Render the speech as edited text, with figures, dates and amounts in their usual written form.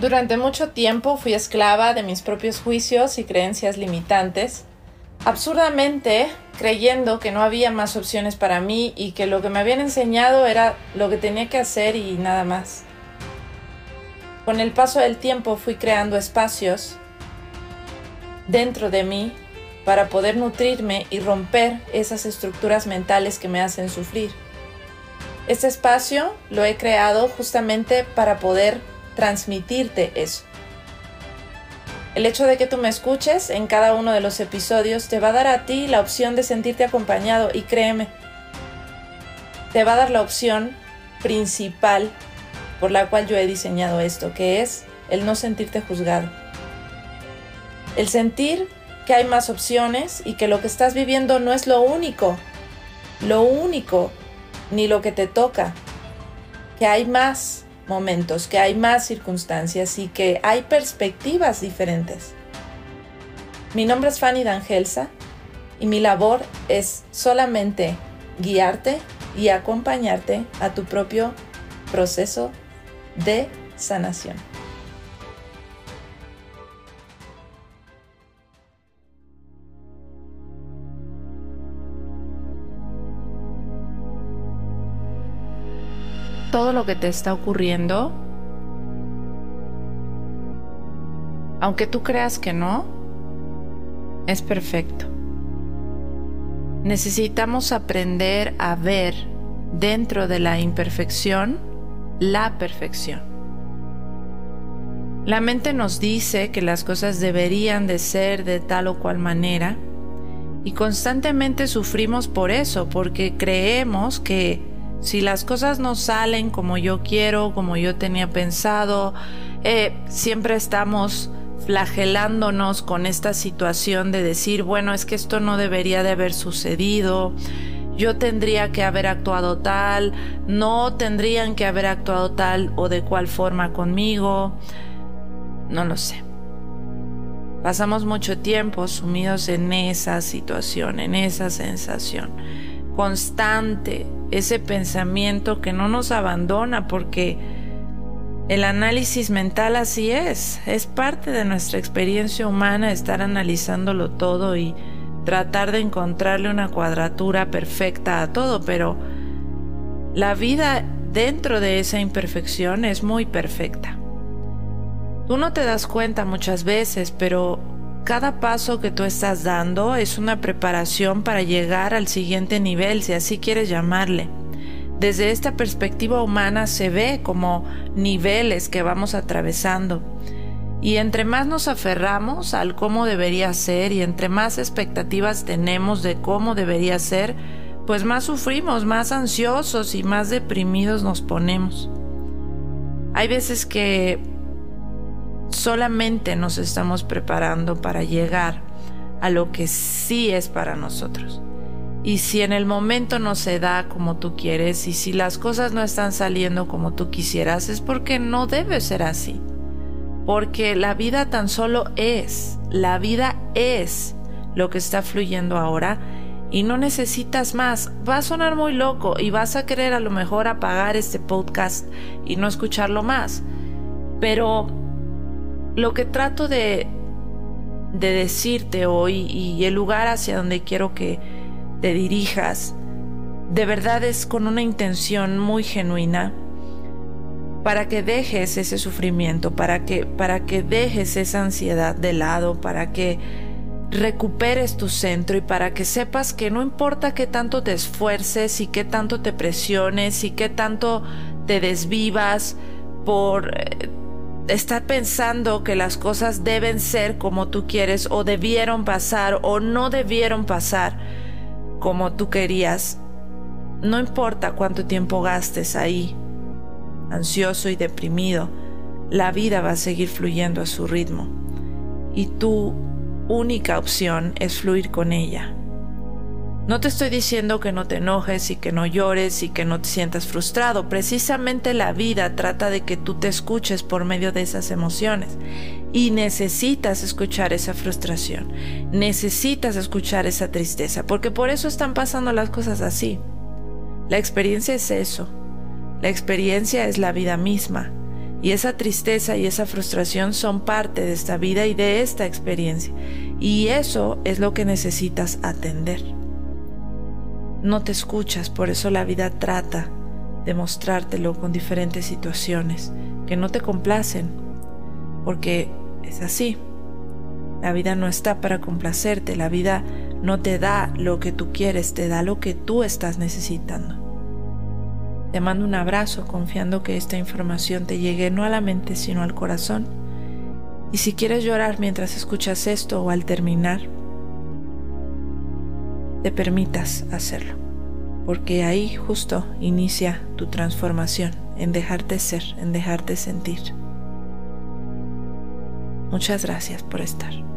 Durante mucho tiempo fui esclava de mis propios juicios y creencias limitantes, absurdamente creyendo que no había más opciones para mí y que lo que me habían enseñado era lo que tenía que hacer y nada más. Con el paso del tiempo fui creando espacios dentro de mí para poder nutrirme y romper esas estructuras mentales que me hacen sufrir. Este espacio lo he creado justamente para poder transmitirte eso. El hecho de que tú me escuches en cada uno de los episodios te va a dar a ti la opción de sentirte acompañado y créeme, te va a dar la opción principal por la cual yo he diseñado esto, que es el no sentirte juzgado. El sentir que hay más opciones y que lo que estás viviendo no es lo único, ni lo que te toca, que hay más momentos, que hay más circunstancias y que hay perspectivas diferentes. Mi nombre es Fanny D'Angelsa y mi labor es solamente guiarte y acompañarte a tu propio proceso de sanación. Todo lo que te está ocurriendo, aunque tú creas que no, es perfecto. Necesitamos aprender a ver dentro de la imperfección la perfección. La mente nos dice que las cosas deberían de ser de tal o cual manera y constantemente sufrimos por eso, porque creemos que si las cosas no salen como yo quiero, como yo tenía pensado, siempre estamos flagelándonos con esta situación de decir, bueno, es que esto no debería de haber sucedido, yo tendría que haber actuado tal, no tendrían que haber actuado tal o de cual forma conmigo, no lo sé. Pasamos mucho tiempo sumidos en esa situación, en esa sensación constante, ese pensamiento que no nos abandona, porque el análisis mental así es parte de nuestra experiencia humana, estar analizándolo todo y tratar de encontrarle una cuadratura perfecta a todo, pero la vida dentro de esa imperfección es muy perfecta. Tú no te das cuenta muchas veces, pero cada paso que tú estás dando es una preparación para llegar al siguiente nivel, si así quieres llamarle. Desde esta perspectiva humana se ve como niveles que vamos atravesando. Y entre más nos aferramos al cómo debería ser y entre más expectativas tenemos de cómo debería ser, pues más sufrimos, más ansiosos y más deprimidos nos ponemos. Hay veces que solamente nos estamos preparando para llegar a lo que sí es para nosotros. Y si en el momento no se da como tú quieres y si las cosas no están saliendo como tú quisieras, es porque no debe ser así. Porque la vida tan solo es, la vida es lo que está fluyendo ahora y no necesitas más. Va a sonar muy loco y vas a querer a lo mejor apagar este podcast y no escucharlo más. Pero lo que trato de decirte hoy y el lugar hacia donde quiero que te dirijas, de verdad es con una intención muy genuina para que dejes ese sufrimiento, para que dejes esa ansiedad de lado, para que recuperes tu centro y para que sepas que no importa qué tanto te esfuerces y qué tanto te presiones y qué tanto te desvivas por estar pensando que las cosas deben ser como tú quieres o debieron pasar o no debieron pasar como tú querías. No importa cuánto tiempo gastes ahí, ansioso y deprimido, la vida va a seguir fluyendo a su ritmo y tu única opción es fluir con ella. No te estoy diciendo que no te enojes y que no llores y que no te sientas frustrado. Precisamente la vida trata de que tú te escuches por medio de esas emociones. Y necesitas escuchar esa frustración. Necesitas escuchar esa tristeza. Porque por eso están pasando las cosas así. La experiencia es eso. La experiencia es la vida misma. Y esa tristeza y esa frustración son parte de esta vida y de esta experiencia. Y eso es lo que necesitas atender. No te escuchas, por eso la vida trata de mostrártelo con diferentes situaciones que no te complacen, porque es así. La vida no está para complacerte, la vida no te da lo que tú quieres, te da lo que tú estás necesitando. Te mando un abrazo confiando que esta información te llegue no a la mente sino al corazón. Y si quieres llorar mientras escuchas esto o al terminar, te permitas hacerlo, porque ahí justo inicia tu transformación, en dejarte ser, en dejarte sentir. Muchas gracias por estar.